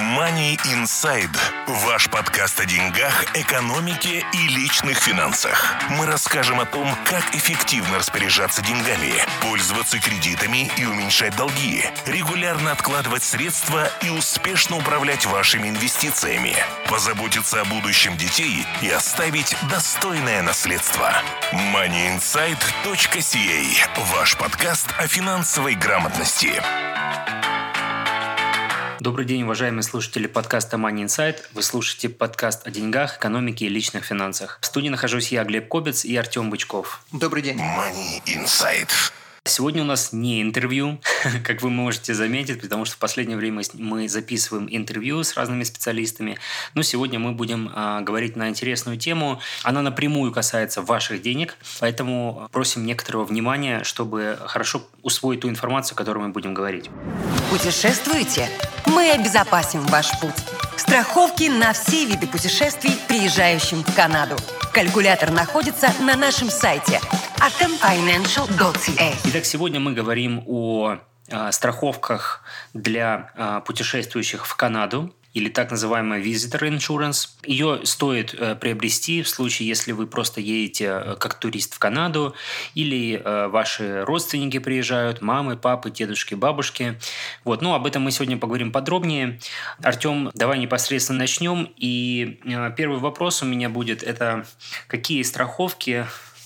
Money Inside. Ваш подкаст о деньгах, экономике и личных финансах. Мы расскажем о том, как эффективно распоряжаться деньгами, пользоваться кредитами и уменьшать долги, регулярно откладывать средства и успешно управлять вашими инвестициями, позаботиться о будущем детей и оставить достойное наследство. MoneyInside.ca. Ваш подкаст о финансовой грамотности. Добрый день, уважаемые слушатели подкаста Money Inside. Вы слушаете подкаст о деньгах, экономике и личных финансах. В студии нахожусь я, Глеб Кобец, и Артем Бычков. Добрый день. Money Inside. Сегодня у нас не интервью, как вы можете заметить, потому что в последнее время мы записываем интервью с разными специалистами. Но сегодня мы будем говорить на интересную тему. Она напрямую касается ваших денег, поэтому просим некоторого внимания, чтобы хорошо усвоить ту информацию, о которой мы будем говорить. Путешествуете? Мы обезопасим ваш путь. Страховки на все виды путешествий, приезжающим в Канаду. Калькулятор находится на нашем сайте atomfinancial.ca. Итак, сегодня мы говорим о страховках для путешествующих в Канаду, или так называемая Visitor Insurance. Ее стоит приобрести в случае, если вы просто едете как турист в Канаду, или ваши родственники приезжают, мамы, папы, дедушки, бабушки. Вот. Ну, об этом мы сегодня поговорим подробнее. Артем, давай непосредственно начнем. И первый вопрос у меня будет, это какие страховки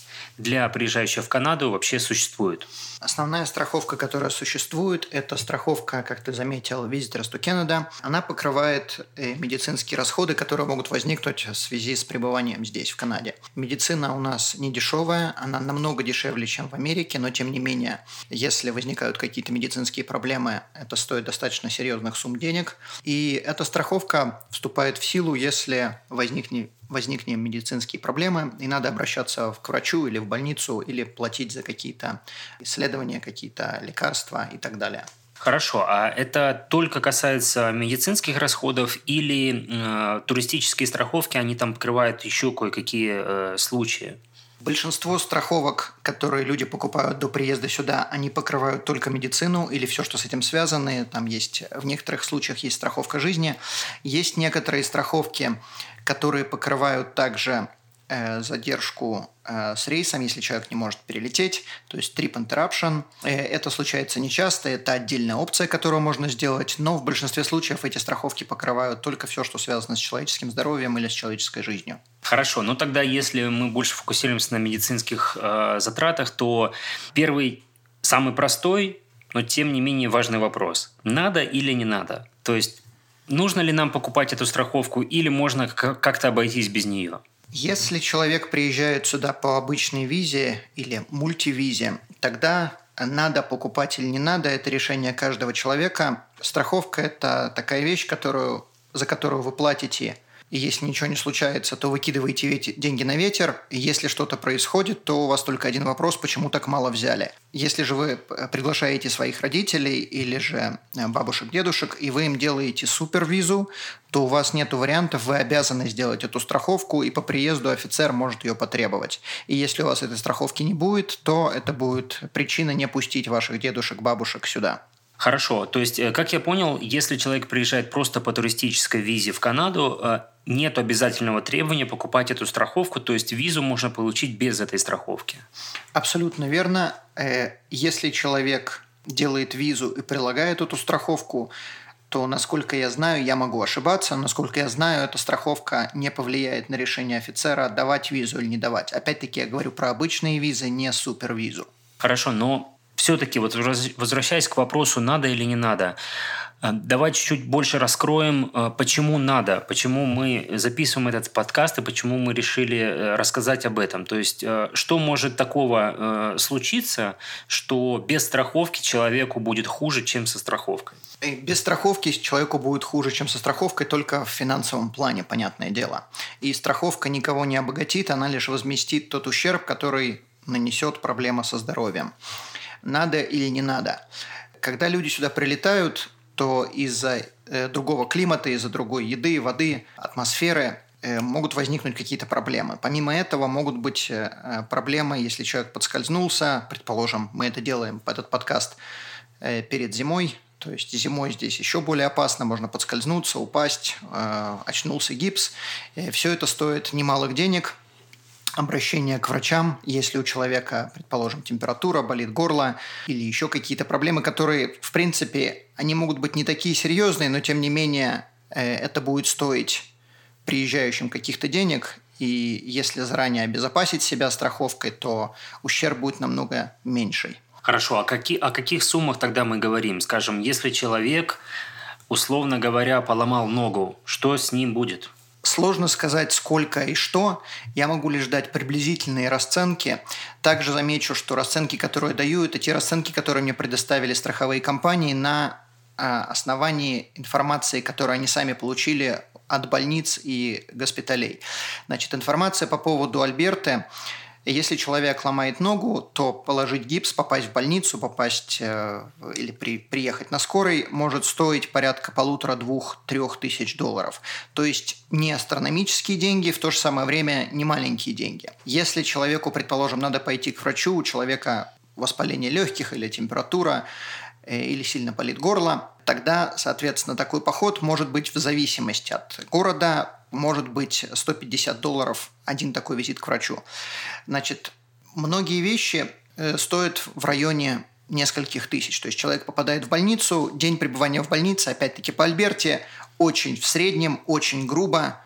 для приезжающих в Канаду вообще существуют? Основная страховка, которая существует, это страховка, как ты заметил, Visitors to Canada. Она покрывает медицинские расходы, которые могут возникнуть в связи с пребыванием здесь, в Канаде. Медицина у нас не дешевая, она намного дешевле, чем в Америке, но тем не менее, если возникают какие-то медицинские проблемы, это стоит достаточно серьезных сумм денег. И эта страховка вступает в силу, если возникнет медицинские проблемы, и надо обращаться к врачу или в больницу, или платить за какие-то исследования, какие-то лекарства и так далее. Хорошо, а это только касается медицинских расходов или туристические страховки, они там покрывают еще кое-какие случаи? Большинство страховок, которые люди покупают до приезда сюда, они покрывают только медицину или все, что с этим связано. Там есть, в некоторых случаях есть страховка жизни. Есть некоторые страховки, которые покрывают также задержку с рейсом, если человек не может перелететь, то есть trip interruption. Это случается нечасто, это отдельная опция, которую можно сделать, но в большинстве случаев эти страховки покрывают только все, что связано с человеческим здоровьем или с человеческой жизнью. Хорошо, но тогда если мы больше фокусируемся на медицинских затратах, то первый, самый простой, но тем не менее важный вопрос. Надо или не надо? То есть нужно ли нам покупать эту страховку или можно как-то обойтись без нее? Если человек приезжает сюда по обычной визе или мультивизе, тогда надо покупать или не надо, это решение каждого человека. Страховка – это такая вещь, за которую вы платите, и если ничего не случается, то выкидываете деньги на ветер. И если что-то происходит, то у вас только один вопрос – почему так мало взяли? Если же вы приглашаете своих родителей или же бабушек, дедушек, и вы им делаете супервизу, то у вас нет вариантов, вы обязаны сделать эту страховку, и по приезду офицер может ее потребовать. И если у вас этой страховки не будет, то это будет причина не пустить ваших дедушек, бабушек сюда. Хорошо, то есть, как я понял, если человек приезжает просто по туристической визе в Канаду, нет обязательного требования покупать эту страховку, то есть визу можно получить без этой страховки. Абсолютно верно. Если человек делает визу и прилагает эту страховку, то, насколько я знаю, я могу ошибаться, но, насколько я знаю, эта страховка не повлияет на решение офицера, давать визу или не давать. Опять-таки, я говорю про обычные визы, не супервизу. Хорошо, но все-таки, вот возвращаясь к вопросу, надо или не надо, давай чуть-чуть больше раскроем, почему надо, почему мы записываем этот подкаст и почему мы решили рассказать об этом. То есть, что может такого случиться, что без страховки человеку будет хуже, чем со страховкой? Без страховки человеку будет хуже, чем со страховкой, только в финансовом плане, понятное дело. И страховка никого не обогатит, она лишь возместит тот ущерб, который нанесет проблема со здоровьем. Надо или не надо. Когда люди сюда прилетают, то из-за другого климата, из-за другой еды, воды, атмосферы могут возникнуть какие-то проблемы. Помимо этого могут быть проблемы, если человек подскользнулся, предположим, мы это делаем, этот подкаст перед зимой, То есть зимой здесь еще более опасно, можно подскользнуться, упасть, очнулся гипс. Все это стоит немалых денег. Обращение к врачам, если у человека, предположим, температура, болит горло или еще какие-то проблемы, которые, в принципе, они могут быть не такие серьезные, но тем не менее это будет стоить приезжающим каких-то денег, и если заранее обезопасить себя страховкой, то ущерб будет намного меньший. Хорошо, о каких суммах тогда мы говорим? Скажем, если человек, условно говоря, поломал ногу, что с ним будет? Сложно сказать, сколько и что. Я могу лишь дать приблизительные расценки. Также замечу, что расценки, которые я даю, это те расценки, которые мне предоставили страховые компании на основании информации, которую они сами получили от больниц и госпиталей. Значит, информация по поводу Альберты. Если человек ломает ногу, то положить гипс, попасть в больницу, или приехать на скорой может стоить порядка 1,5-2-3 тысяч долларов. То есть не астрономические деньги, в то же самое время не маленькие деньги. Если человеку, предположим, надо пойти к врачу, у человека воспаление легких или температура, или сильно болит горло, тогда, соответственно, такой поход может быть в зависимости от города, может быть $150 один такой визит к врачу. Значит, многие вещи стоят в районе нескольких тысяч. То есть человек попадает в больницу, день пребывания в больнице, опять-таки по Альберте, в среднем, очень грубо,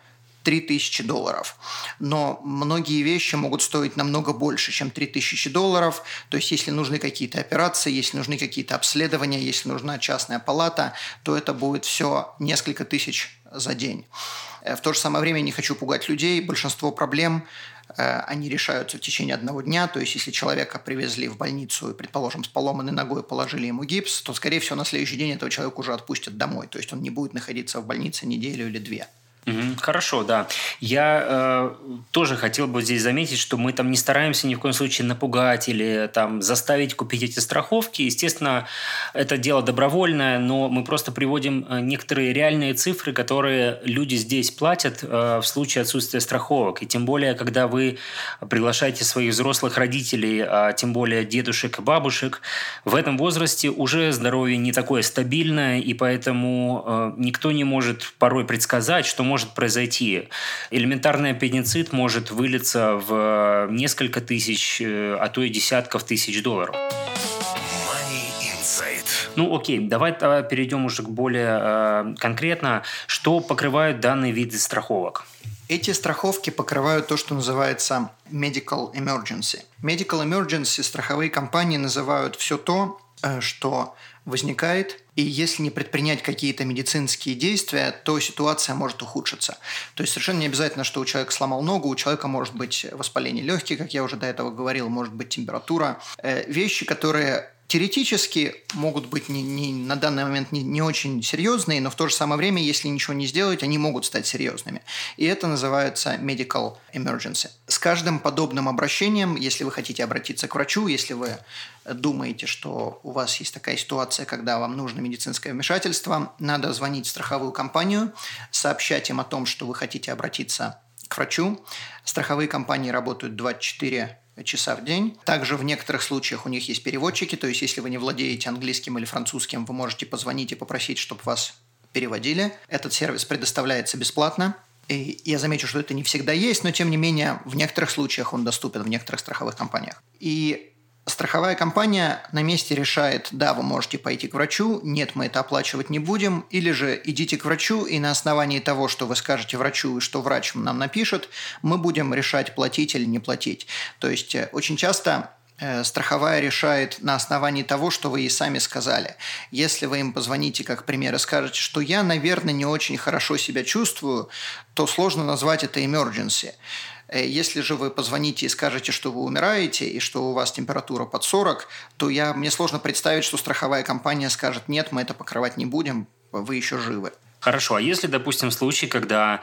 $3000. Но многие вещи могут стоить намного больше, чем $3000. То есть, если нужны какие-то операции, если нужны какие-то обследования, если нужна частная палата, то это будет все несколько тысяч за день. В то же самое время не хочу пугать людей. Большинство проблем они решаются в течение одного дня. То есть, если человека привезли в больницу, предположим, с поломанной ногой, положили ему гипс, то, скорее всего, на следующий день этого человека уже отпустят домой. То есть, он не будет находиться в больнице неделю или две. Хорошо, да. Я тоже хотел бы здесь заметить, что мы там не стараемся ни в коем случае напугать или там заставить купить эти страховки. Естественно, это дело добровольное, но мы просто приводим некоторые реальные цифры, которые люди здесь платят в случае отсутствия страховок. И тем более, когда вы приглашаете своих взрослых родителей, а тем более дедушек и бабушек, в этом возрасте уже здоровье не такое стабильное, и поэтому никто не может порой предсказать, что может произойти. Элементарный аппендицит может вылиться в несколько тысяч, а то и десятков тысяч долларов. Money Insight. Ну окей, давай перейдем уже к более конкретно. Что покрывают данные виды страховок? Эти страховки покрывают то, что называется medical emergency. Medical emergency страховые компании называют все то, что возникает, и если не предпринять какие-то медицинские действия, то ситуация может ухудшиться. То есть совершенно не обязательно, что у человека сломал ногу, у человека может быть воспаление легких, как я уже до этого говорил, может быть температура. Вещи, которые теоретически могут быть на данный момент не очень серьезные, но в то же самое время, если ничего не сделать, они могут стать серьезными. И это называется medical emergency. С каждым подобным обращением, если вы хотите обратиться к врачу, если вы думаете, что у вас есть такая ситуация, когда вам нужно медицинское вмешательство, надо звонить в страховую компанию, сообщать им о том, что вы хотите обратиться к врачу. Страховые компании работают 24 часа в день. Также в некоторых случаях у них есть переводчики, то есть если вы не владеете английским или французским, вы можете позвонить и попросить, чтобы вас переводили. Этот сервис предоставляется бесплатно. И я замечу, что это не всегда есть, но тем не менее в некоторых случаях он доступен в некоторых страховых компаниях. И страховая компания на месте решает, да, вы можете пойти к врачу, нет, мы это оплачивать не будем, или же идите к врачу, и на основании того, что вы скажете врачу и что врач нам напишет, мы будем решать, платить или не платить. То есть очень часто страховая решает на основании того, что вы ей сами сказали. Если вы им позвоните, как пример, и скажете, что я, наверное, не очень хорошо себя чувствую, то сложно назвать это emergency. Если же вы позвоните и скажете, что вы умираете и что у вас температура под 40, то мне сложно представить, что страховая компания скажет, нет, мы это покрывать не будем, вы еще живы. Хорошо, а если, допустим, случай, когда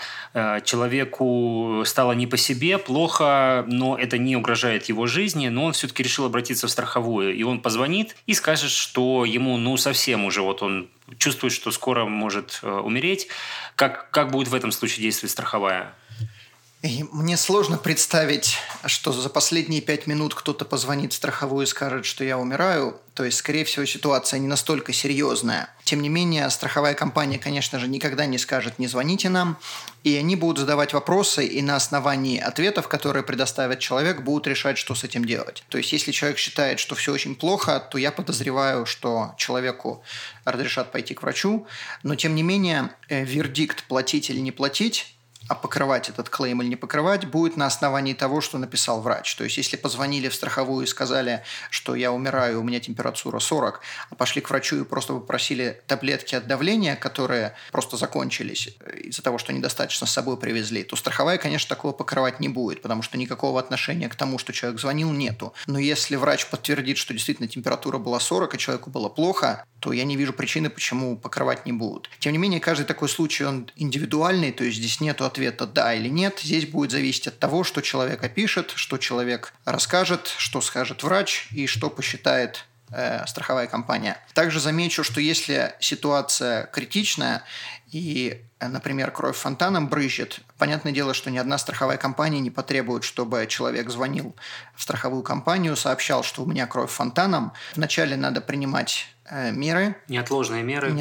человеку стало не по себе, плохо, но это не угрожает его жизни, но он все-таки решил обратиться в страховую, и он позвонит и скажет, что ему совсем уже он чувствует, что скоро может умереть. Как будет в этом случае действовать страховая? И мне сложно представить, что за последние 5 минут кто-то позвонит в страховую и скажет, что я умираю. То есть, скорее всего, ситуация не настолько серьезная. Тем не менее, страховая компания, конечно же, никогда не скажет «не звоните нам». И они будут задавать вопросы, и на основании ответов, которые предоставит человек, будут решать, что с этим делать. То есть, если человек считает, что все очень плохо, то я подозреваю, что человеку разрешат пойти к врачу. Но, тем не менее, вердикт платить или не платить, а покрывать этот клейм или не покрывать, будет на основании того, что написал врач. То есть, если позвонили в страховую и сказали, что я умираю, у меня температура 40, а пошли к врачу и просто попросили таблетки от давления, которые просто закончились из-за того, что недостаточно с собой привезли, то страховая, конечно, такого покрывать не будет, потому что никакого отношения к тому, что человек звонил, нету. Но если врач подтвердит, что действительно температура была 40, и человеку было плохо, то я не вижу причины, почему покрывать не будут. Тем не менее, каждый такой случай, он индивидуальный, то есть здесь нету ответа «да» или «нет». Здесь будет зависеть от того, что человек опишет, что человек расскажет, что скажет врач и что посчитает страховая компания. Также замечу, что если ситуация критичная и, например, кровь фонтаном брызжет, понятное дело, что ни одна страховая компания не потребует, чтобы человек звонил в страховую компанию, сообщал, что у меня кровь фонтаном. Вначале надо принимать меры. Неотложные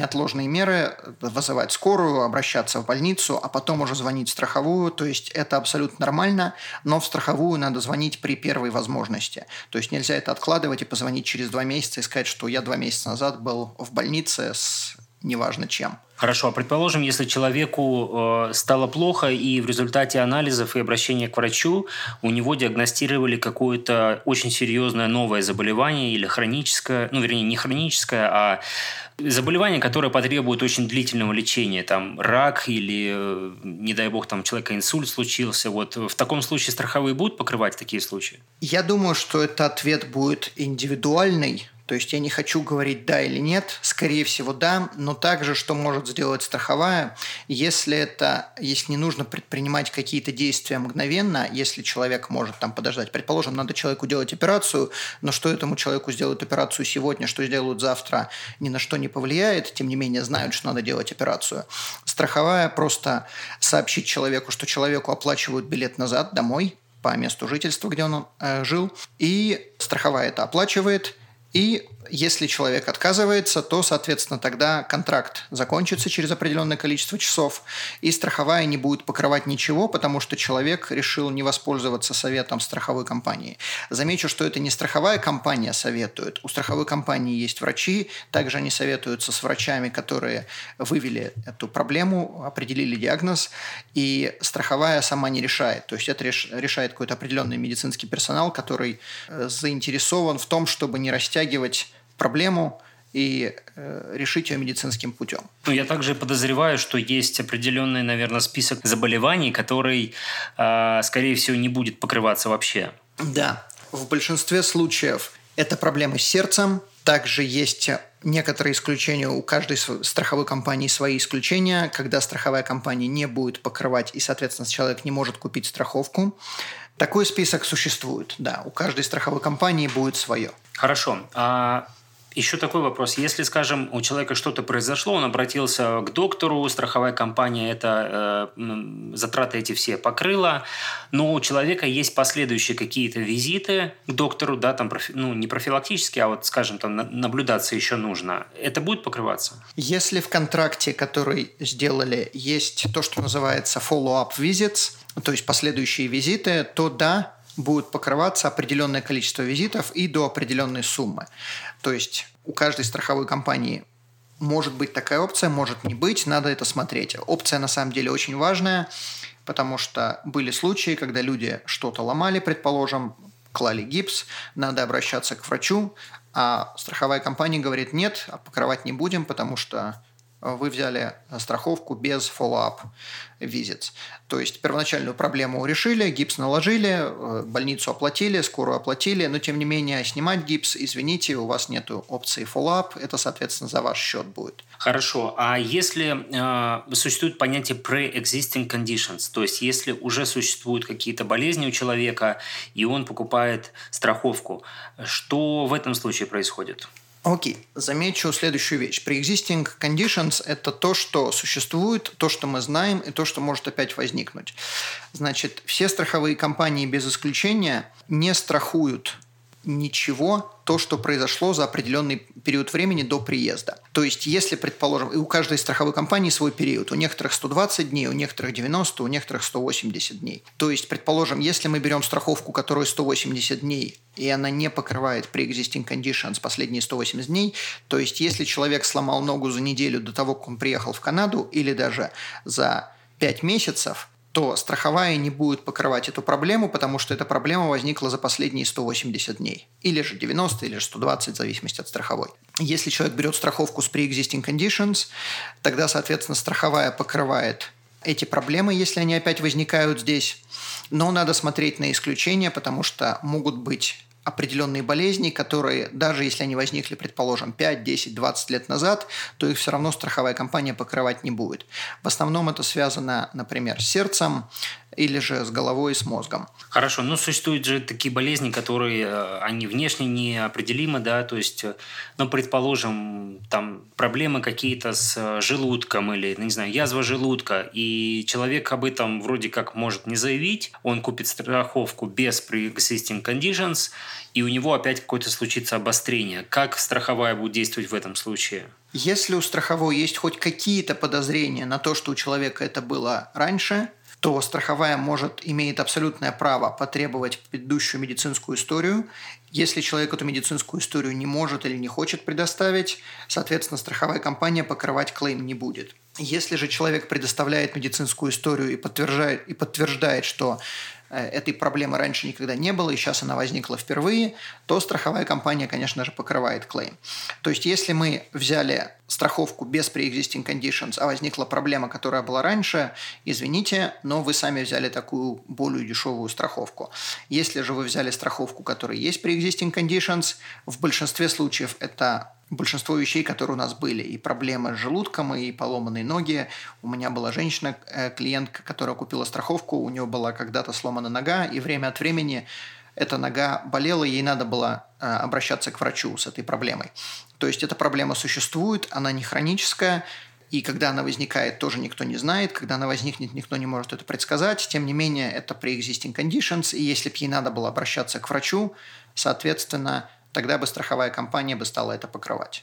меры, вызывать скорую, обращаться в больницу, а потом уже звонить в страховую. То есть это абсолютно нормально, но в страховую надо звонить при первой возможности. То есть нельзя это откладывать и позвонить через 2 месяца и сказать, что я 2 месяца назад был в больнице с неважно чем. Хорошо, а предположим, если человеку стало плохо, и в результате анализов и обращения к врачу у него диагностировали какое-то очень серьезное новое заболевание или хроническое, не хроническое, а заболевание, которое потребует очень длительного лечения, там рак или, не дай бог, там у человека инсульт случился. Вот в таком случае страховые будут покрывать такие случаи? Я думаю, что этот ответ будет индивидуальный. То есть я не хочу говорить «да» или «нет», скорее всего «да», но также, что может сделать страховая, если не нужно предпринимать какие-то действия мгновенно, если человек может там подождать. Предположим, надо человеку делать операцию, но что этому человеку сделают операцию сегодня, что сделают завтра, ни на что не повлияет, тем не менее знают, что надо делать операцию. Страховая просто сообщит человеку, что человеку оплачивают билет назад домой по месту жительства, где он жил, и страховая это оплачивает. И если человек отказывается, то, соответственно, тогда контракт закончится через определенное количество часов, и страховая не будет покрывать ничего, потому что человек решил не воспользоваться советом страховой компании. Замечу, что это не страховая компания советует. У страховой компании есть врачи, также они советуются с врачами, которые вывели эту проблему, определили диагноз, и страховая сама не решает. То есть это решает какой-то определенный медицинский персонал, который заинтересован в том, чтобы не растягивать проблему и решить ее медицинским путем. Я также подозреваю, что есть определенный, наверное, список заболеваний, который, скорее всего, не будет покрываться вообще. Да, в большинстве случаев это проблемы с сердцем. Также есть некоторые исключения, у каждой страховой компании свои исключения, когда страховая компания не будет покрывать, и, соответственно, человек не может купить страховку. Такой список существует, да, у каждой страховой компании будет свое. Хорошо. Еще такой вопрос. Если, скажем, у человека что-то произошло, он обратился к доктору, страховая компания затраты эти все покрыла, но у человека есть последующие какие-то визиты к доктору, да, там, не профилактические, а вот, скажем, там наблюдаться еще нужно. Это будет покрываться? Если в контракте, который сделали, есть то, что называется follow-up visits, то есть последующие визиты, то да, будет покрываться определенное количество визитов и до определенной суммы. То есть у каждой страховой компании может быть такая опция, может не быть, надо это смотреть. Опция на самом деле очень важная, потому что были случаи, когда люди что-то ломали, предположим, клали гипс, надо обращаться к врачу, а страховая компания говорит нет, покрывать не будем, потому что вы взяли страховку без follow-up visits. То есть первоначальную проблему решили, гипс наложили, больницу оплатили, скорую оплатили, но тем не менее снимать гипс, извините, у вас нет опции follow-up, это, соответственно, за ваш счет будет. Хорошо. А если существует понятие pre-existing conditions, то есть если уже существуют какие-то болезни у человека, и он покупает страховку, что в этом случае происходит? Окей, замечу следующую вещь. Pre-existing conditions – это то, что существует, то, что мы знаем, и то, что может опять возникнуть. Значит, все страховые компании без исключения не страхуют ничего, то, что произошло за определенный период времени до приезда. То есть, если, предположим, и у каждой страховой компании свой период, у некоторых 120 дней, у некоторых 90, у некоторых 180 дней. То есть, предположим, если мы берем страховку, которая 180 дней, и она не покрывает pre-existing conditions последние 180 дней, то есть, если человек сломал ногу за неделю до того, как он приехал в Канаду, или даже за 5 месяцев, то страховая не будет покрывать эту проблему, потому что эта проблема возникла за последние 180 дней. Или же 90, или же 120, в зависимости от страховой. Если человек берет страховку с pre-existing conditions, тогда, соответственно, страховая покрывает эти проблемы, если они опять возникают здесь. Но надо смотреть на исключения, потому что могут быть определенные болезни, которые, даже если они возникли, предположим, 5, 10, 20 лет назад, то их все равно страховая компания покрывать не будет. В основном это связано, например, с сердцем или же с головой и с мозгом. Хорошо, но существуют же такие болезни, которые, они внешне неопределимы, да, то есть, ну, предположим, там проблемы какие-то с желудком или, не знаю, язва желудка, и человек об этом вроде как может не заявить, он купит страховку без pre-existing conditions, и у него опять какое-то случится обострение. Как страховая будет действовать в этом случае? Если у страховой есть хоть какие-то подозрения на то, что у человека это было раньше, то страховая имеет абсолютное право потребовать предыдущую медицинскую историю. Если человек эту медицинскую историю не может или не хочет предоставить, соответственно, страховая компания покрывать клейм не будет. Если же человек предоставляет медицинскую историю и подтверждает, что этой проблемы раньше никогда не было, и сейчас она возникла впервые, то страховая компания, конечно же, покрывает клейм. То есть, если мы взяли страховку без pre-existing conditions, а возникла проблема, которая была раньше, извините, но вы сами взяли такую более дешевую страховку. Если же вы взяли страховку, которая есть pre-existing conditions, в большинстве случаев это большинство вещей, которые у нас были. И проблемы с желудком, и поломанные ноги. У меня была женщина, клиентка, которая купила страховку, у нее была когда-то сломана нога, и время от времени эта нога болела, ей надо было обращаться к врачу с этой проблемой. То есть эта проблема существует, она не хроническая, и когда она возникает, тоже никто не знает. Когда она возникнет, никто не может это предсказать. Тем не менее, это pre-existing conditions, и если бы ей надо было обращаться к врачу, соответственно, тогда бы страховая компания бы стала это покрывать.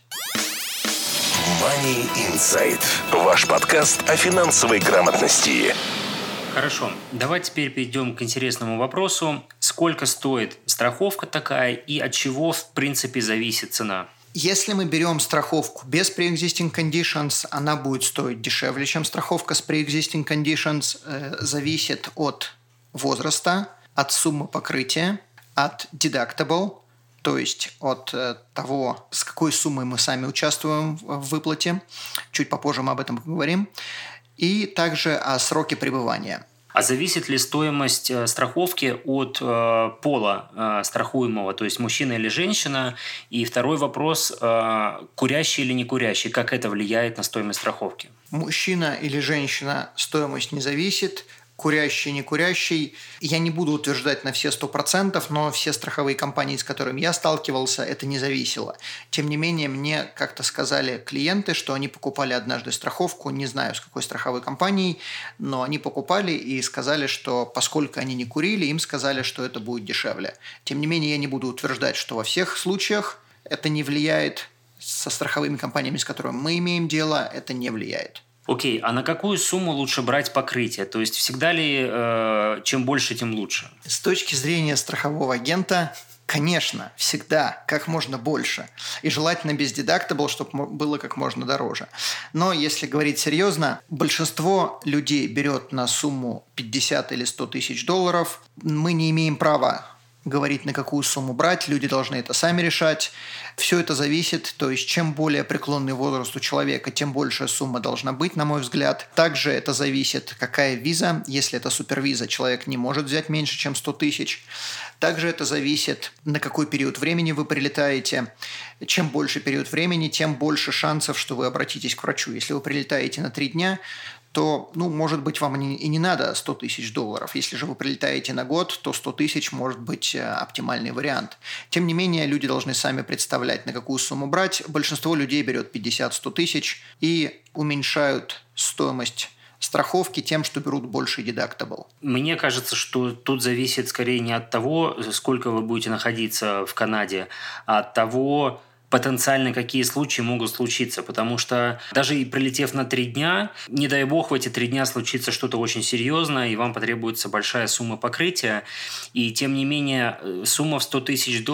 Money Insight. Ваш подкаст о финансовой грамотности. Хорошо, давай теперь перейдем к интересному вопросу. Сколько стоит страховка такая и от чего, в принципе, зависит цена? Если мы берем страховку без pre-existing conditions, она будет стоить дешевле, чем страховка с pre-existing conditions. Зависит от возраста, от суммы покрытия, от deductible, то есть от того, с какой суммой мы сами участвуем в выплате. Чуть попозже мы об этом поговорим. И также о сроке пребывания. А зависит ли стоимость страховки от пола страхуемого, то есть мужчина или женщина? И второй вопрос, курящий или не курящий, как это влияет на стоимость страховки? Мужчина или женщина, стоимость не зависит. Курящий, не курящий. Я не буду утверждать на все 100%, но все страховые компании, с которыми я сталкивался, это не зависело. Тем не менее, мне как-то сказали клиенты, что они покупали однажды страховку, не знаю, с какой страховой компанией, но они покупали и сказали, что поскольку они не курили, им сказали, что это будет дешевле. Тем не менее, я не буду утверждать, что во всех случаях это не влияет. Со страховыми компаниями, с которыми мы имеем дело, это не влияет. Окей, а на какую сумму лучше брать покрытие? То есть всегда ли чем больше, тем лучше? С точки зрения страхового агента, конечно, всегда как можно больше. И желательно без deductible, чтобы было как можно дороже. Но если говорить серьезно, большинство людей берет на сумму 50 или 100 тысяч долларов. Мы не имеем права говорить, на какую сумму брать, люди должны это сами решать. Все это зависит, то есть чем более преклонный возраст у человека, тем большая сумма должна быть, на мой взгляд. Также это зависит, какая виза. Если это супервиза, человек не может взять меньше, чем 100 тысяч. Также это зависит, на какой период времени вы прилетаете. Чем больше период времени, тем больше шансов, что вы обратитесь к врачу. Если вы прилетаете на 3 дня, то, может быть, вам и не надо $100 тысяч. Если же вы прилетаете на год, то 100 тысяч может быть оптимальный вариант. Тем не менее, люди должны сами представлять, на какую сумму брать. Большинство людей берет 50-100 тысяч и уменьшают стоимость страховки тем, что берут больше deductible. Мне кажется, что тут зависит скорее не от того, сколько вы будете находиться в Канаде, а от того, потенциально какие случаи могут случиться, потому что даже и прилетев на 3 дня, не дай бог в эти 3 дня случится что-то очень серьезное, и вам потребуется большая сумма покрытия, и тем не менее сумма в $100 тысяч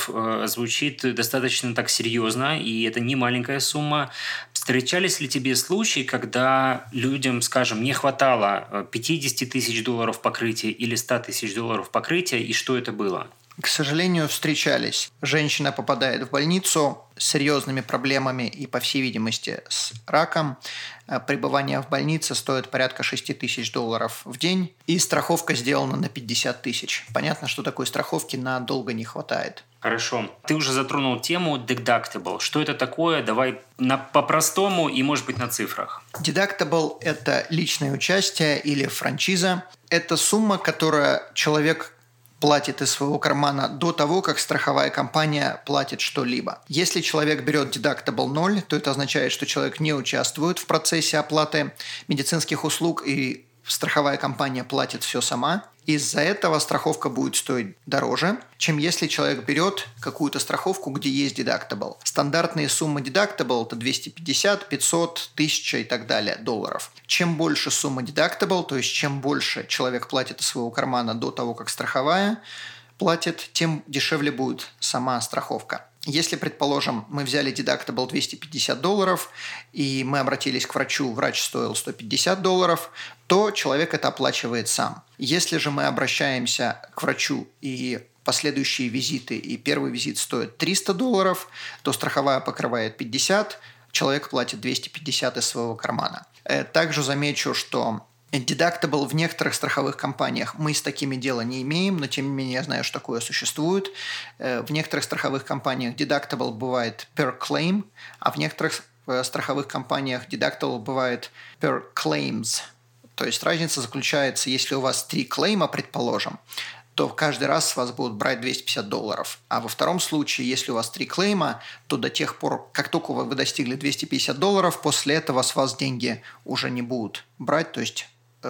звучит достаточно так серьезно, и это не маленькая сумма. Встречались ли тебе случаи, когда людям, скажем, не хватало $50 тысяч покрытия или $100 тысяч покрытия, и что это было? К сожалению, встречались. Женщина попадает в больницу с серьезными проблемами и, по всей видимости, с раком. Пребывание в больнице стоит порядка $6 тысяч в день. И страховка сделана на 50 тысяч. Понятно, что такой страховки надолго не хватает. Хорошо. Ты уже затронул тему deductible. Что это такое? Давай по-простому и, может быть, на цифрах. Deductible – это личное участие или франчиза. Это сумма, которую человек платит из своего кармана до того, как страховая компания платит что-либо. Если человек берет deductible 0, то это означает, что человек не участвует в процессе оплаты медицинских услуг, и страховая компания платит все сама. Из-за этого страховка будет стоить дороже, чем если человек берет какую-то страховку, где есть deductible. Стандартные суммы deductible – это 250, 500, 1000 и так далее долларов. Чем больше сумма deductible, то есть чем больше человек платит из своего кармана до того, как страховая платит, тем дешевле будет сама страховка. Если, предположим, мы взяли deductible $250, и мы обратились к врачу, врач стоил $150, то человек это оплачивает сам. Если же мы обращаемся к врачу, и последующие визиты, и первый визит стоит $300, то страховая покрывает 50, человек платит 250 из своего кармана. Также замечу, что deductible в некоторых страховых компаниях мы с такими дела не имеем, но тем не менее я знаю, что такое существует. В некоторых страховых компаниях deductible бывает per claim, а в некоторых страховых компаниях deductible бывает per claims. То есть разница заключается, если у вас 3 клейма, предположим, то каждый раз с вас будут брать $250. А во втором случае, если у вас 3 клейма, то до тех пор, как только вы достигли $250, после этого с вас деньги уже не будут брать, то есть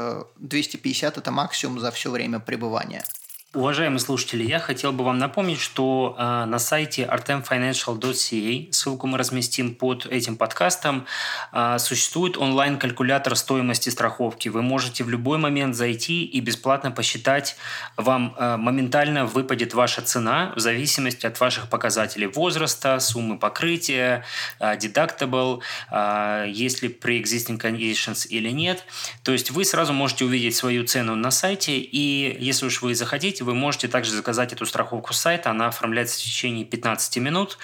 250 – это максимум за все время пребывания. Уважаемые слушатели, я хотел бы вам напомнить, что на сайте artemfinancial.ca, ссылку мы разместим под этим подкастом, существует онлайн-калькулятор стоимости страховки. Вы можете в любой момент зайти и бесплатно посчитать. Вам моментально выпадет ваша цена в зависимости от ваших показателей возраста, суммы покрытия, deductible, есть ли pre-existing conditions или нет. То есть вы сразу можете увидеть свою цену на сайте, и если уж вы захотите, вы можете также заказать эту страховку с сайта. Она оформляется в течение 15 минут.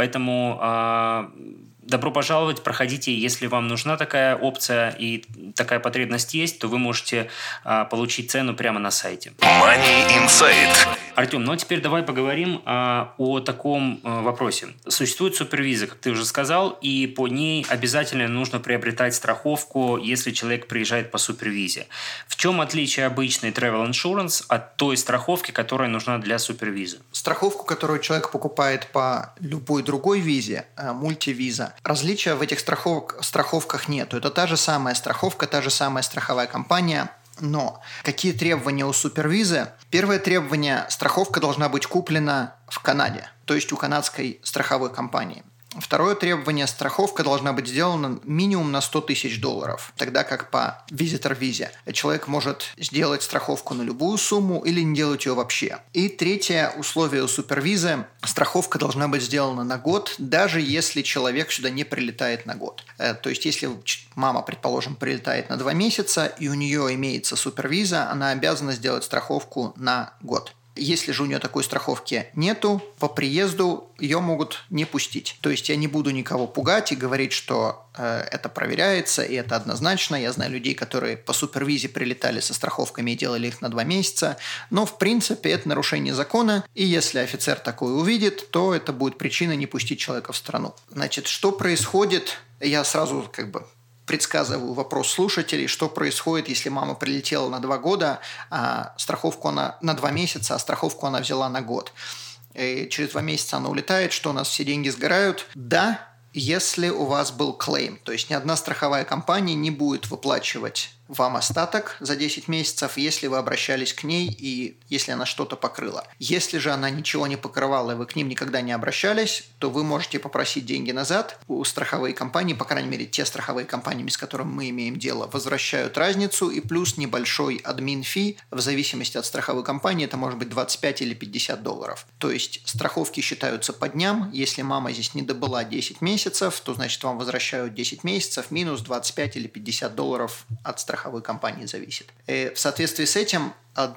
Поэтому добро пожаловать, проходите. Если вам нужна такая опция и такая потребность есть, то вы можете получить цену прямо на сайте. Money Insight. Артем, ну а теперь давай поговорим о таком вопросе. Существует супервиза, как ты уже сказал, и по ней обязательно нужно приобретать страховку, если человек приезжает по супервизе. В чем отличие обычной travel insurance от той страховки, которая нужна для супервизы? Страховку, которую человек покупает по любой другой визе, мультивиза, различия в этих страховках нету. Это та же самая страховка, та же самая страховая компания. Но какие требования у супервизы? Первое требование – страховка должна быть куплена в Канаде, то есть у канадской страховой компании. Второе требование – страховка должна быть сделана минимум на $100 тысяч, тогда как по visitor-визе человек может сделать страховку на любую сумму или не делать ее вообще. И третье условие у супервизы – страховка должна быть сделана на год, даже если человек сюда не прилетает на год. То есть если мама, предположим, прилетает на 2 месяца и у нее имеется супервиза, она обязана сделать страховку на год. Если же у нее такой страховки нету, по приезду ее могут не пустить. То есть я не буду никого пугать и говорить, что это проверяется и это однозначно. Я знаю людей, которые по супервизе прилетали со страховками и делали их на 2 месяца. Но в принципе это нарушение закона. И если офицер такое увидит, то это будет причиной не пустить человека в страну. Значит, что происходит? Я сразу предсказываю вопрос слушателей, что происходит, если мама прилетела на 2 года, а страховку она на 2 месяца, а страховку она взяла на год. И через 2 месяца она улетает, что у нас все деньги сгорают? Да, если у вас был клейм. То есть ни одна страховая компания не будет выплачивать вам остаток за 10 месяцев, если вы обращались к ней и если она что-то покрыла. Если же она ничего не покрывала и вы к ним никогда не обращались, то вы можете попросить деньги назад. У страховой компании, по крайней мере, те страховые компании, с которыми мы имеем дело, возвращают разницу и плюс небольшой админ-фи. В зависимости от страховой компании это может быть $25 или $50. То есть страховки считаются по дням. Если мама здесь не добыла 10 месяцев, то значит вам возвращают 10 месяцев минус $25 или $50 от страховой компании зависит. И в соответствии с этим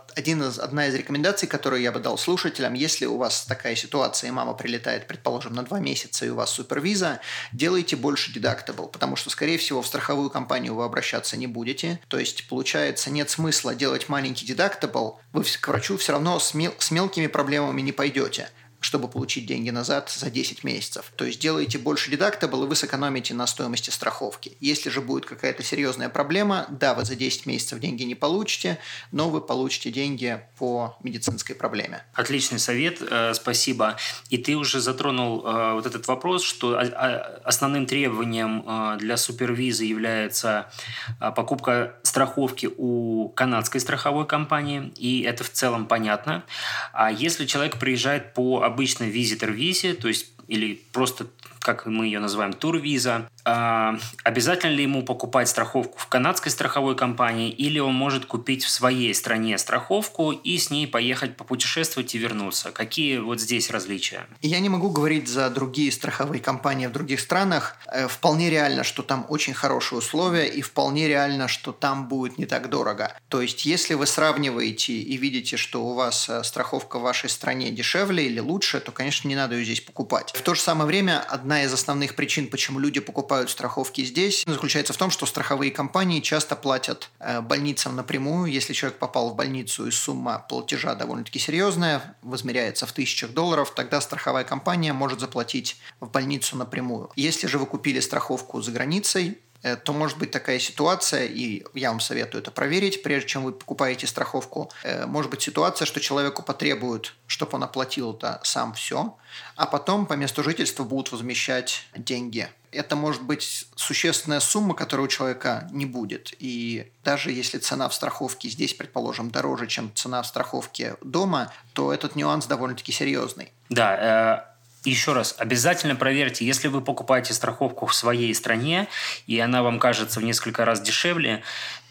одна из рекомендаций, которую я бы дал слушателям, если у вас такая ситуация, и мама прилетает, предположим, на 2 месяца, и у вас супервиза, делайте больше deductible, потому что, скорее всего, в страховую компанию вы обращаться не будете. То есть, получается, нет смысла делать маленький deductible, вы к врачу все равно с мелкими проблемами не пойдете, чтобы получить деньги назад за 10 месяцев. То есть делаете больше deductible, и вы сэкономите на стоимости страховки. Если же будет какая-то серьезная проблема, да, вы за 10 месяцев деньги не получите, но вы получите деньги по медицинской проблеме. Отличный совет, спасибо. И ты уже затронул вот этот вопрос, что основным требованием для супервизы является покупка страховки у канадской страховой компании, и это в целом понятно. А если человек приезжает по обычной визитор-визе, то есть или просто, как мы ее называем, тур-виза, обязательно ли ему покупать страховку в канадской страховой компании, или он может купить в своей стране страховку и с ней поехать попутешествовать и вернуться? Какие вот здесь различия? Я не могу говорить за другие страховые компании в других странах. Вполне реально, что там очень хорошие условия, и вполне реально, что там будет не так дорого. То есть, если вы сравниваете и видите, что у вас страховка в вашей стране дешевле или лучше, то, конечно, не надо ее здесь покупать. В то же самое время, одна из основных причин, почему люди покупают страховки здесь, заключается в том, что страховые компании часто платят больницам напрямую. Если человек попал в больницу и сумма платежа довольно-таки серьезная, возмеряется в $1000, тогда страховая компания может заплатить в больницу напрямую. Если же вы купили страховку за границей, то может быть такая ситуация, и я вам советую это проверить, прежде чем вы покупаете страховку. Может быть ситуация, что человеку потребуют, чтобы он оплатил это сам все, а потом по месту жительства будут возмещать деньги. Это может быть существенная сумма, которой у человека не будет. И даже если цена в страховке здесь, предположим, дороже, чем цена в страховке дома, то этот нюанс довольно-таки серьезный. Да, еще раз, обязательно проверьте, если вы покупаете страховку в своей стране, и она вам кажется в несколько раз дешевле,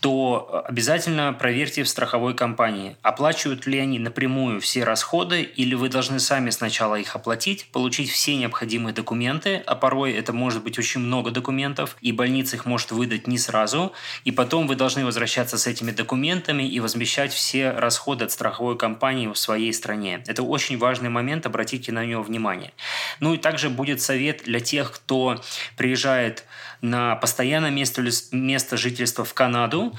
то обязательно проверьте в страховой компании, оплачивают ли они напрямую все расходы, или вы должны сами сначала их оплатить, получить все необходимые документы, а порой это может быть очень много документов, и больница их может выдать не сразу, и потом вы должны возвращаться с этими документами и возмещать все расходы от страховой компании в своей стране. Это очень важный момент, обратите на него внимание. Ну и также будет совет для тех, кто приезжает на постоянное место жительства в Канаду,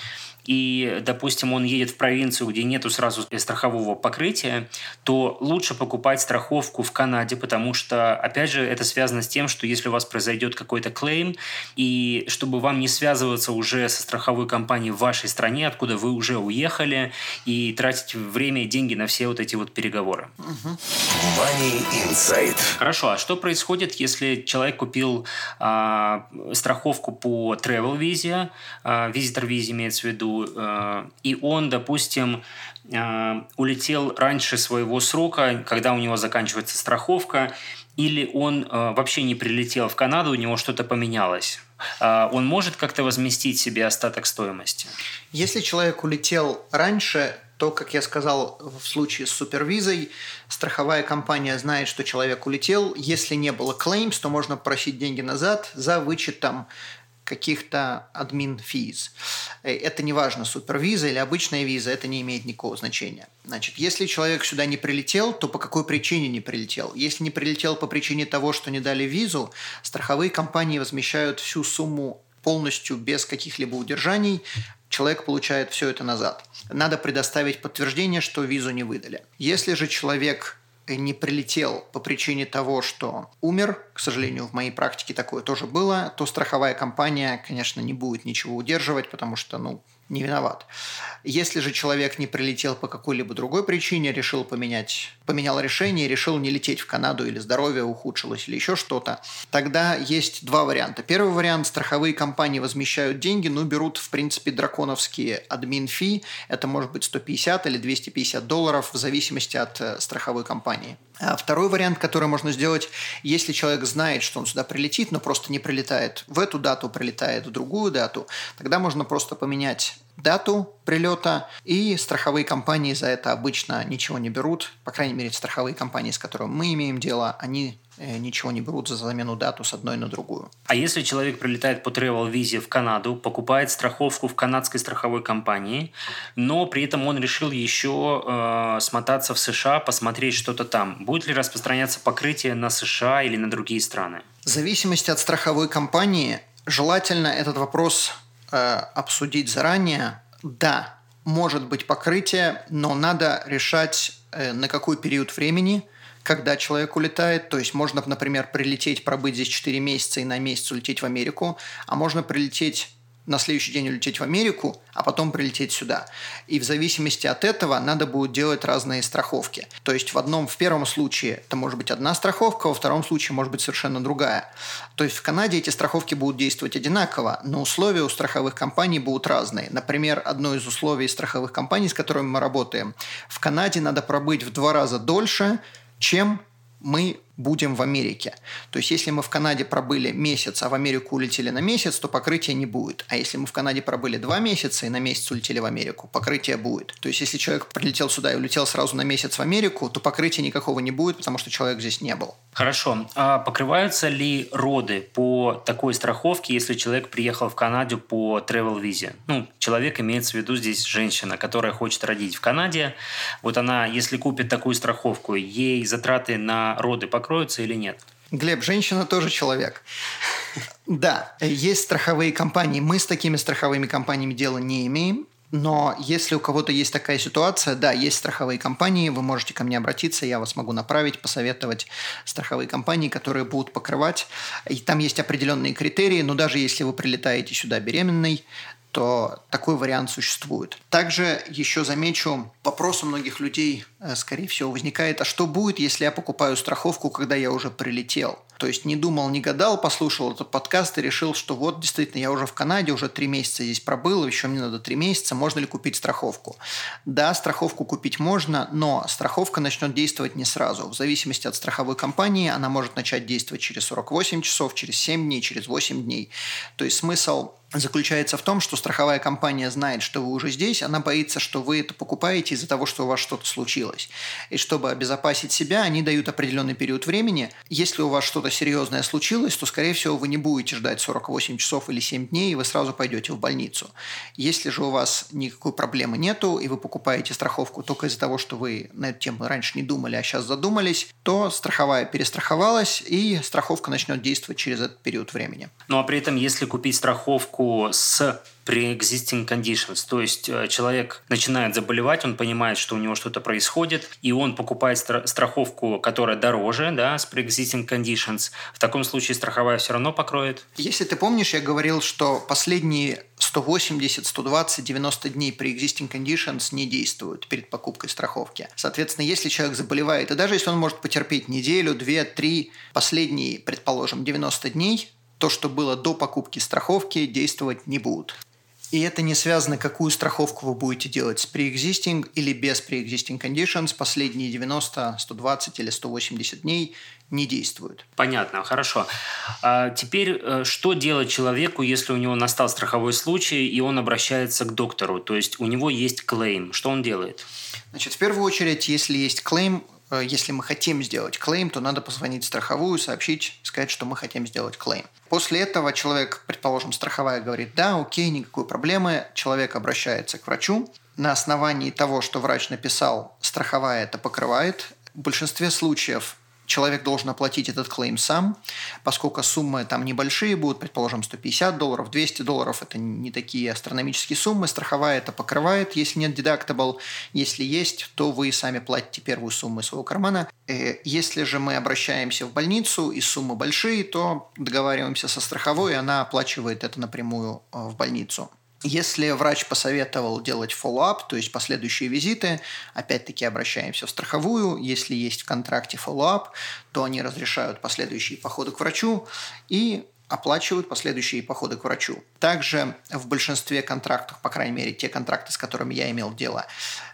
и, допустим, он едет в провинцию, где нету сразу страхового покрытия, то лучше покупать страховку в Канаде, потому что, опять же, это связано с тем, что если у вас произойдет какой-то клейм, и чтобы вам не связываться уже со страховой компанией в вашей стране, откуда вы уже уехали, и тратить время и деньги на все вот эти вот переговоры. Money Insight. Хорошо, а что происходит, если человек купил страховку по travel-визе, visitor-визе имеется в виду, и он, допустим, улетел раньше своего срока, когда у него заканчивается страховка, или он вообще не прилетел в Канаду, у него что-то поменялось? Он может как-то возместить себе остаток стоимости? Если человек улетел раньше, то, как я сказал, в случае с супервизой, страховая компания знает, что человек улетел. Если не было claims, то можно просить деньги назад за вычетом каких-то admin fees. Это не важно, супервиза или обычная виза, это не имеет никакого значения. Значит, если человек сюда не прилетел, то по какой причине не прилетел? Если не прилетел по причине того, что не дали визу, страховые компании возмещают всю сумму полностью без каких-либо удержаний, человек получает все это назад. Надо предоставить подтверждение, что визу не выдали. Если же человек не прилетел по причине того, что умер, к сожалению, в моей практике такое тоже было, то страховая компания, конечно, не будет ничего удерживать, потому что, не виноват. Если же человек не прилетел по какой-либо другой причине, поменял решение, решил не лететь в Канаду, или здоровье ухудшилось, или еще что-то, тогда есть два варианта. Первый вариант – страховые компании возмещают деньги, берут, в принципе, драконовские админ-фи. Это может быть $150 или $250 в зависимости от страховой компании. А второй вариант, который можно сделать, если человек знает, что он сюда прилетит, но просто не прилетает в эту дату, прилетает в другую дату, тогда можно просто поменять дату прилета, и страховые компании за это обычно ничего не берут. По крайней мере, страховые компании, с которыми мы имеем дело, они ничего не берут за замену дату с одной на другую. А если человек прилетает по travel-визе в Канаду, покупает страховку в канадской страховой компании, но при этом он решил еще смотаться в США, посмотреть что-то там, будет ли распространяться покрытие на США или на другие страны? В зависимости от страховой компании желательно этот вопрос обсудить заранее. Да, может быть покрытие, но надо решать, на какой период времени, когда человек улетает. То есть можно, например, прилететь, пробыть здесь 4 месяца и на месяц улететь в Америку, а можно прилететь на следующий день улететь в Америку, а потом прилететь сюда. И в зависимости от этого надо будет делать разные страховки. То есть в первом случае это может быть одна страховка, во втором случае может быть совершенно другая. То есть в Канаде эти страховки будут действовать одинаково, но условия у страховых компаний будут разные. Например, одно из условий страховых компаний, с которыми мы работаем, в Канаде надо пробыть в 2 раза дольше, чем мы будем в Америке. То есть, если мы в Канаде пробыли месяц, а в Америку улетели на месяц, то покрытия не будет. А если мы в Канаде пробыли 2 месяца и на месяц улетели в Америку, покрытие будет. То есть, если человек прилетел сюда и улетел сразу на месяц в Америку, то покрытия никакого не будет, потому что человек здесь не был. Хорошо. А покрываются ли роды по такой страховке, если человек приехал в Канаду по travel-визе? Человек имеется в виду здесь женщина, которая хочет родить в Канаде. Вот она, если купит такую страховку, ей затраты на роды покроются или нет? Глеб, женщина тоже человек. Да, есть страховые компании. Мы с такими страховыми компаниями дела не имеем. Но если у кого-то есть такая ситуация, да, есть страховые компании, вы можете ко мне обратиться, я вас могу направить, посоветовать страховые компании, которые будут покрывать. И там есть определенные критерии, но даже если вы прилетаете сюда беременной, то такой вариант существует. Также еще замечу, вопрос у многих людей, скорее всего, возникает, а что будет, если я покупаю страховку, когда я уже прилетел? То есть не думал, не гадал, послушал этот подкаст и решил, что вот действительно я уже в Канаде, уже 3 месяца здесь пробыл, еще мне надо 3 месяца, можно ли купить страховку? Да, страховку купить можно, но страховка начнет действовать не сразу. В зависимости от страховой компании она может начать действовать через 48 часов, через 7 дней, через 8 дней. То есть смысл заключается в том, что страховая компания знает, что вы уже здесь, она боится, что вы это покупаете из-за того, что у вас что-то случилось. И чтобы обезопасить себя, они дают определенный период времени. Если у вас что-то серьезное случилось, то, скорее всего, вы не будете ждать 48 часов или 7 дней, и вы сразу пойдете в больницу. Если же у вас никакой проблемы нету, и вы покупаете страховку только из-за того, что вы на эту тему раньше не думали, а сейчас задумались, то страховая перестраховалась, и страховка начнет действовать через этот период времени. Ну а при этом, если купить страховку с pre-existing conditions, то есть человек начинает заболевать, он понимает, что у него что-то происходит, и он покупает страховку, которая дороже, да, с pre-existing conditions, в таком случае страховая все равно покроет? Если ты помнишь, я говорил, что последние 180, 120, 90 дней pre-existing conditions не действуют перед покупкой страховки. Соответственно, если человек заболевает, и даже если он может потерпеть неделю, 2, 3, последние, предположим, 90 дней, то, что было до покупки страховки, действовать не будут. И это не связано, какую страховку вы будете делать, с pre-existing или без pre-existing conditions. Последние 90, 120 или 180 дней не действуют. Понятно, хорошо. А теперь, что делать человеку, если у него настал страховой случай, и он обращается к доктору? То есть у него есть клейм. Что он делает? Значит, в первую очередь, если есть клейм, если мы хотим сделать клейм, то надо позвонить в страховую, сообщить, сказать, что мы хотим сделать клейм. После этого человек, предположим, страховая говорит, да, окей, никакой проблемы. Человек обращается к врачу. На основании того, что врач написал, страховая это покрывает. В большинстве случаев человек должен оплатить этот клейм сам, поскольку суммы там небольшие будут, предположим, $150, $200, это не такие астрономические суммы, страховая это покрывает, если нет deductible, если есть, то вы сами платите первую сумму из своего кармана. Если же мы обращаемся в больницу и суммы большие, то договариваемся со страховой, и она оплачивает это напрямую в больницу. Если врач посоветовал делать follow-up, то есть последующие визиты, опять-таки обращаемся в страховую. Если есть в контракте follow-up, то они разрешают последующие походы к врачу и оплачивают последующие походы к врачу. Также в большинстве контрактов, по крайней мере, те контракты, с которыми я имел дело,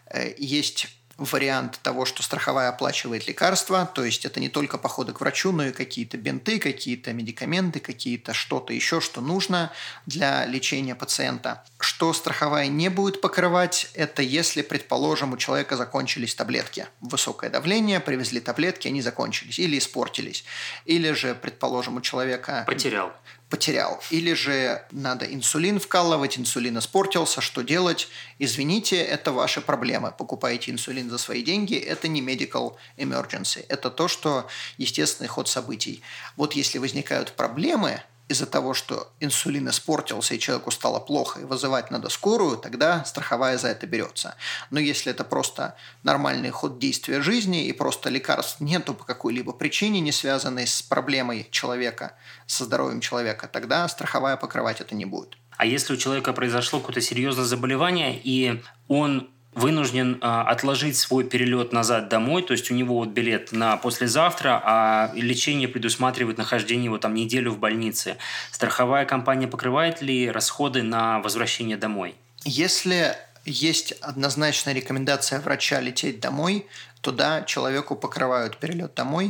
есть вариант того, что страховая оплачивает лекарства, то есть это не только походы к врачу, но и какие-то бинты, какие-то медикаменты, какие-то что-то еще, что нужно для лечения пациента. Что страховая не будет покрывать, это если, предположим, у человека закончились таблетки. Высокое давление, привезли таблетки, они закончились или испортились. Или же, предположим, у человека... Потерял. Или же надо инсулин вкалывать, инсулин испортился, что делать? Извините, это ваши проблемы. Покупаете инсулин за свои деньги, это не medical emergency. Это то, что естественный ход событий. Вот если возникают проблемы из-за того, что инсулин испортился и человеку стало плохо, и вызывать надо скорую, тогда страховая за это берется. Но если это просто нормальный ход действия жизни и просто лекарств нету по какой-либо причине, не связанной с проблемой человека, со здоровьем человека, тогда страховая покрывать это не будет. А если у человека произошло какое-то серьезное заболевание, и он вынужден отложить свой перелет назад домой, то есть у него вот билет на послезавтра, а лечение предусматривает нахождение его там неделю в больнице. Страховая компания покрывает ли расходы на возвращение домой? Если есть однозначная рекомендация врача лететь домой, то да, человеку покрывают перелет домой.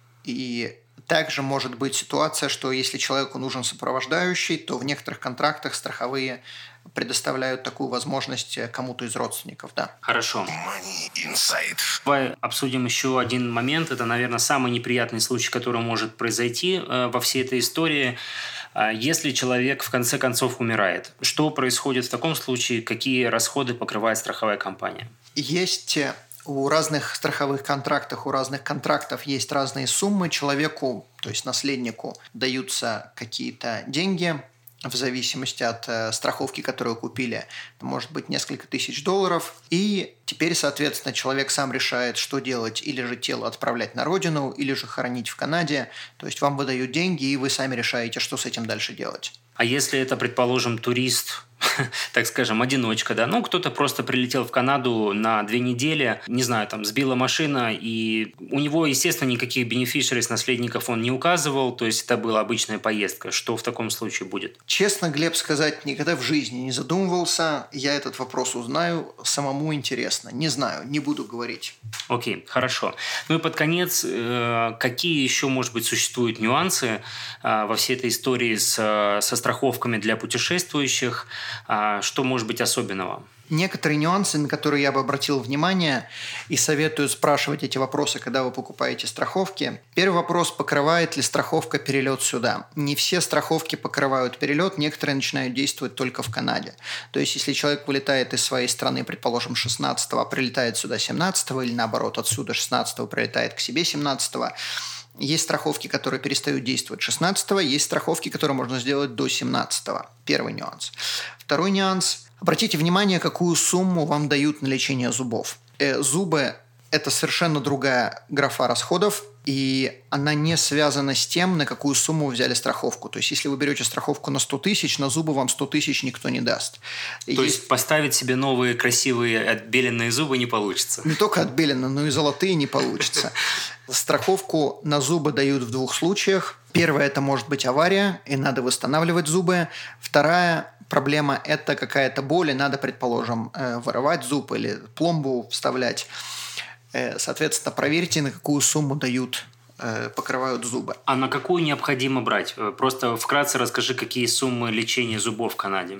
И также может быть ситуация, что если человеку нужен сопровождающий, то в некоторых контрактах страховые предоставляют такую возможность кому-то из родственников, да. Хорошо. Money Insight. Давай обсудим еще один момент. Это, наверное, самый неприятный случай, который может произойти во всей этой истории. Если человек в конце концов умирает, что происходит в таком случае? Какие расходы покрывает страховая компания? Есть у разных страховых контрактов, у разных контрактов есть разные суммы. Человеку, то есть наследнику, даются какие-то деньги в зависимости от страховки, которую купили. Это может быть несколько тысяч долларов. И теперь, соответственно, человек сам решает, что делать. Или же тело отправлять на родину, или же хоронить в Канаде. То есть вам выдают деньги, и вы сами решаете, что с этим дальше делать. А если это, предположим, турист, так скажем, одиночка, да, ну, кто-то просто прилетел в Канаду на 2 недели, не знаю, там, сбила машина, и у него, естественно, никаких beneficiaries, наследников он не указывал, то есть это была обычная поездка. Что в таком случае будет? Честно, Глеб, сказать, никогда в жизни не задумывался. Я этот вопрос узнаю, самому интересно. Не знаю, не буду говорить. Окей, хорошо. Ну и под конец, какие еще, может быть, существуют нюансы во всей этой истории со страховками для путешествующих? Что может быть особенного? Некоторые нюансы, на которые я бы обратил внимание и советую спрашивать эти вопросы, когда вы покупаете страховки. Первый вопрос: покрывает ли страховка перелет сюда? Не все страховки покрывают перелет, некоторые начинают действовать только в Канаде. То есть, если человек вылетает из своей страны, предположим, 16-го, а прилетает сюда 17-го, или наоборот, отсюда 16-го прилетает к себе 17-го, есть страховки, которые перестают действовать 16-го, есть страховки, которые можно сделать до 17-го. Первый нюанс. Второй нюанс. Обратите внимание, какую сумму вам дают на лечение зубов. Зубы – это совершенно другая графа расходов, и она не связана с тем, на какую сумму вы взяли страховку. То есть, если вы берете страховку на 100 тысяч, на зубы вам 100 тысяч никто не даст. То есть, поставить себе новые красивые отбеленные зубы не получится? Не только отбеленные, но и золотые не получится. Страховку на зубы дают в 2 случаях. Первое – это может быть авария, и надо восстанавливать зубы. Вторая проблема – это какая-то боль, и надо, предположим, вырывать зуб или пломбу вставлять. Соответственно, проверьте, на какую сумму дают, покрывают зубы. А на какую необходимо брать? Просто вкратце расскажи, какие суммы лечения зубов в Канаде.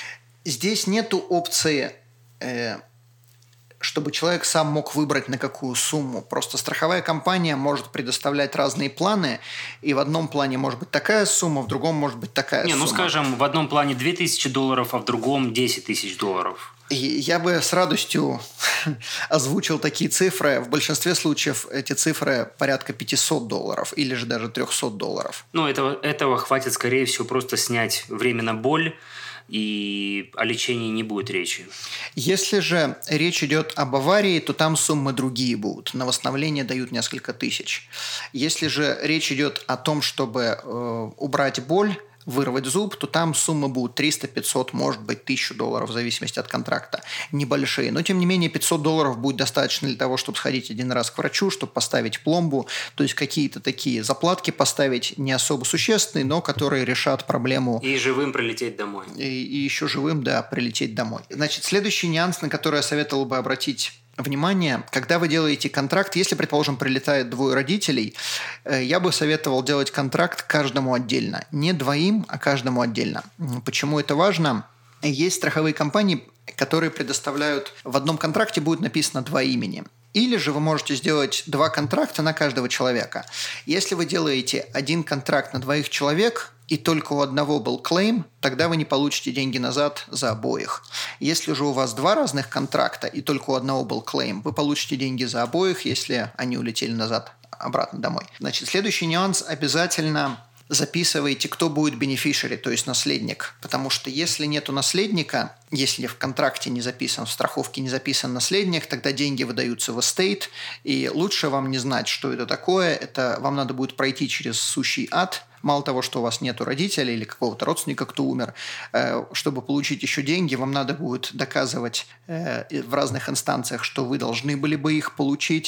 Здесь нету опции, чтобы человек сам мог выбрать, на какую сумму. Просто страховая компания может предоставлять разные планы, и в одном плане может быть такая сумма, в другом может быть такая сумма. Ну, скажем, в одном плане $2000, а в другом $10 000. И я бы с радостью озвучил такие цифры. В большинстве случаев эти цифры порядка $500 или же даже $300. Ну, этого хватит, скорее всего, просто снять временно боль, и о лечении не будет речи. Если же речь идет об аварии, то там суммы другие будут. На восстановление дают несколько тысяч. Если же речь идет о том, чтобы убрать боль, вырвать зуб, то там суммы будут 300, 500, может быть, $1000 в зависимости от контракта. Небольшие. Но, тем не менее, $500 будет достаточно для того, чтобы сходить один раз к врачу, чтобы поставить пломбу. То есть, какие-то такие заплатки поставить не особо существенные, но которые решат проблему. И живым прилететь домой. И еще живым, да, прилететь домой. Значит, следующий нюанс, на который я советовал бы обратить внимание, когда вы делаете контракт, если, предположим, прилетает двое родителей, я бы советовал делать контракт каждому отдельно. Не двоим, а каждому отдельно. Почему это важно? Есть страховые компании, которые предоставляют... В одном контракте будет написано 2 имени. Или же вы можете сделать 2 контракта на каждого человека. Если вы делаете один контракт на 2 человек, и только у одного был клейм, тогда вы не получите деньги назад за обоих. Если же у вас 2 разных контракта, и только у одного был клейм, вы получите деньги за обоих, если они улетели назад, обратно домой. Значит, следующий нюанс. Обязательно записывайте, кто будет beneficiary, то есть наследник. Потому что если нету наследника, если в контракте не записан, в страховке не записан наследник, тогда деньги выдаются в эстейт, и лучше вам не знать, что это такое. Это вам надо будет пройти через сущий ад. Мало того, что у вас нету родителей или какого-то родственника, кто умер, чтобы получить еще деньги, вам надо будет доказывать в разных инстанциях, что вы должны были бы их получить.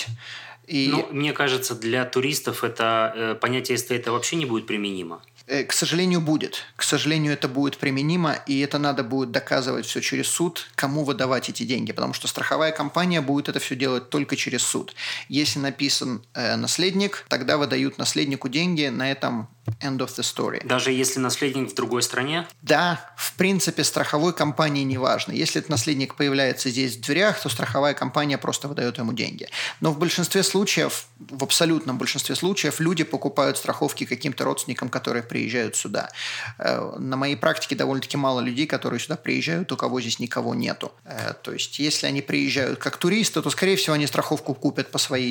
Ну, мне кажется, для туристов это понятие эстейта вообще не будет применимо. К сожалению, будет. К сожалению, это будет применимо, и это надо будет доказывать все через суд, кому выдавать эти деньги, потому что страховая компания будет это все делать только через суд. Если написан наследник, тогда выдают наследнику деньги, на этом end of the story. Даже если наследник в другой стране? Да, в принципе, страховой компании не важно. Если этот наследник появляется здесь в дверях, то страховая компания просто выдает ему деньги. Но в большинстве случаев, в абсолютном большинстве случаев, люди покупают страховки каким-то родственникам, которые приезжают сюда. На моей практике довольно-таки мало людей, которые сюда приезжают, у кого здесь никого нету. То есть, если они приезжают как туристы, то, скорее всего, они страховку купят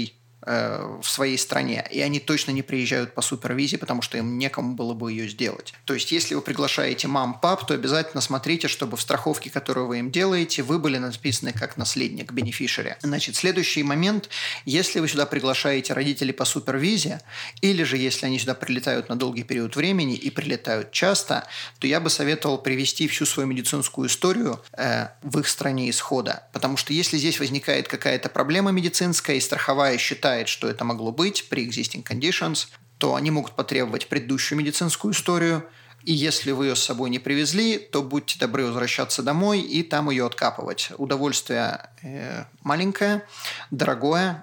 в своей стране, и они точно не приезжают по супервизе, потому что им некому было бы ее сделать. То есть, если вы приглашаете мам, пап, то обязательно смотрите, чтобы в страховке, которую вы им делаете, вы были написаны как наследник, beneficiary. Значит, следующий момент, если вы сюда приглашаете родителей по супервизе, или же если они сюда прилетают на долгий период времени и прилетают часто, то я бы советовал привести всю свою медицинскую историю в их стране исхода. Потому что если здесь возникает какая-то проблема медицинская, и страховая считает, что это могло быть pre-existing conditions, то они могут потребовать предыдущую медицинскую историю, и если вы ее с собой не привезли, то будьте добры возвращаться домой и там ее откапывать. Удовольствие маленькое, дорогое,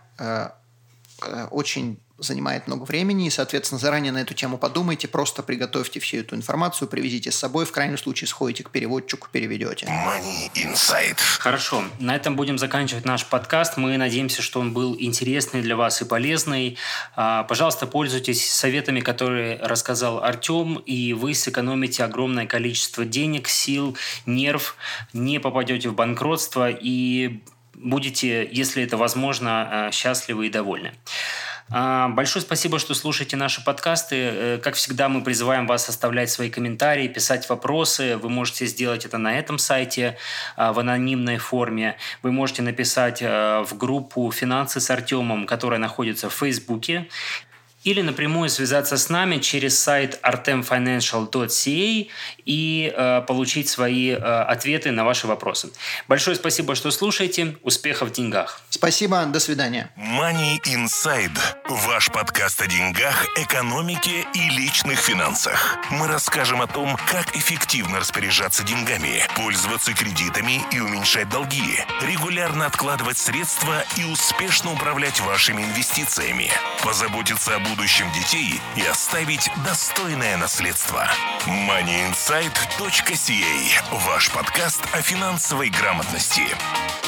очень занимает много времени, и, соответственно, заранее на эту тему подумайте, просто приготовьте всю эту информацию, привезите с собой, в крайнем случае сходите к переводчику, переведете. Money Insight. Хорошо, на этом будем заканчивать наш подкаст. Мы надеемся, что он был интересный для вас и полезный. Пожалуйста, пользуйтесь советами, которые рассказал Артем, и вы сэкономите огромное количество денег, сил, нерв, не попадете в банкротство и будете, если это возможно, счастливы и довольны. Большое спасибо, что слушаете наши подкасты. Как всегда, мы призываем вас оставлять свои комментарии, писать вопросы. Вы можете сделать это на этом сайте в анонимной форме. Вы можете написать в группу «Финансы с Артемом», которая находится в Фейсбуке. Или напрямую связаться с нами через сайт artemfinancial.ca и получить свои ответы на ваши вопросы. Большое спасибо, что слушаете. Успехов в деньгах. Спасибо, до свидания. Money Inside. Ваш подкаст о деньгах, экономике и личных финансах. Мы расскажем о том, как эффективно распоряжаться деньгами, пользоваться кредитами и уменьшать долги, регулярно откладывать средства и успешно управлять вашими инвестициями, позаботиться о будущем детей и оставить достойное наследство. moneyinsight.ca. Ваш подкаст о финансовой грамотности.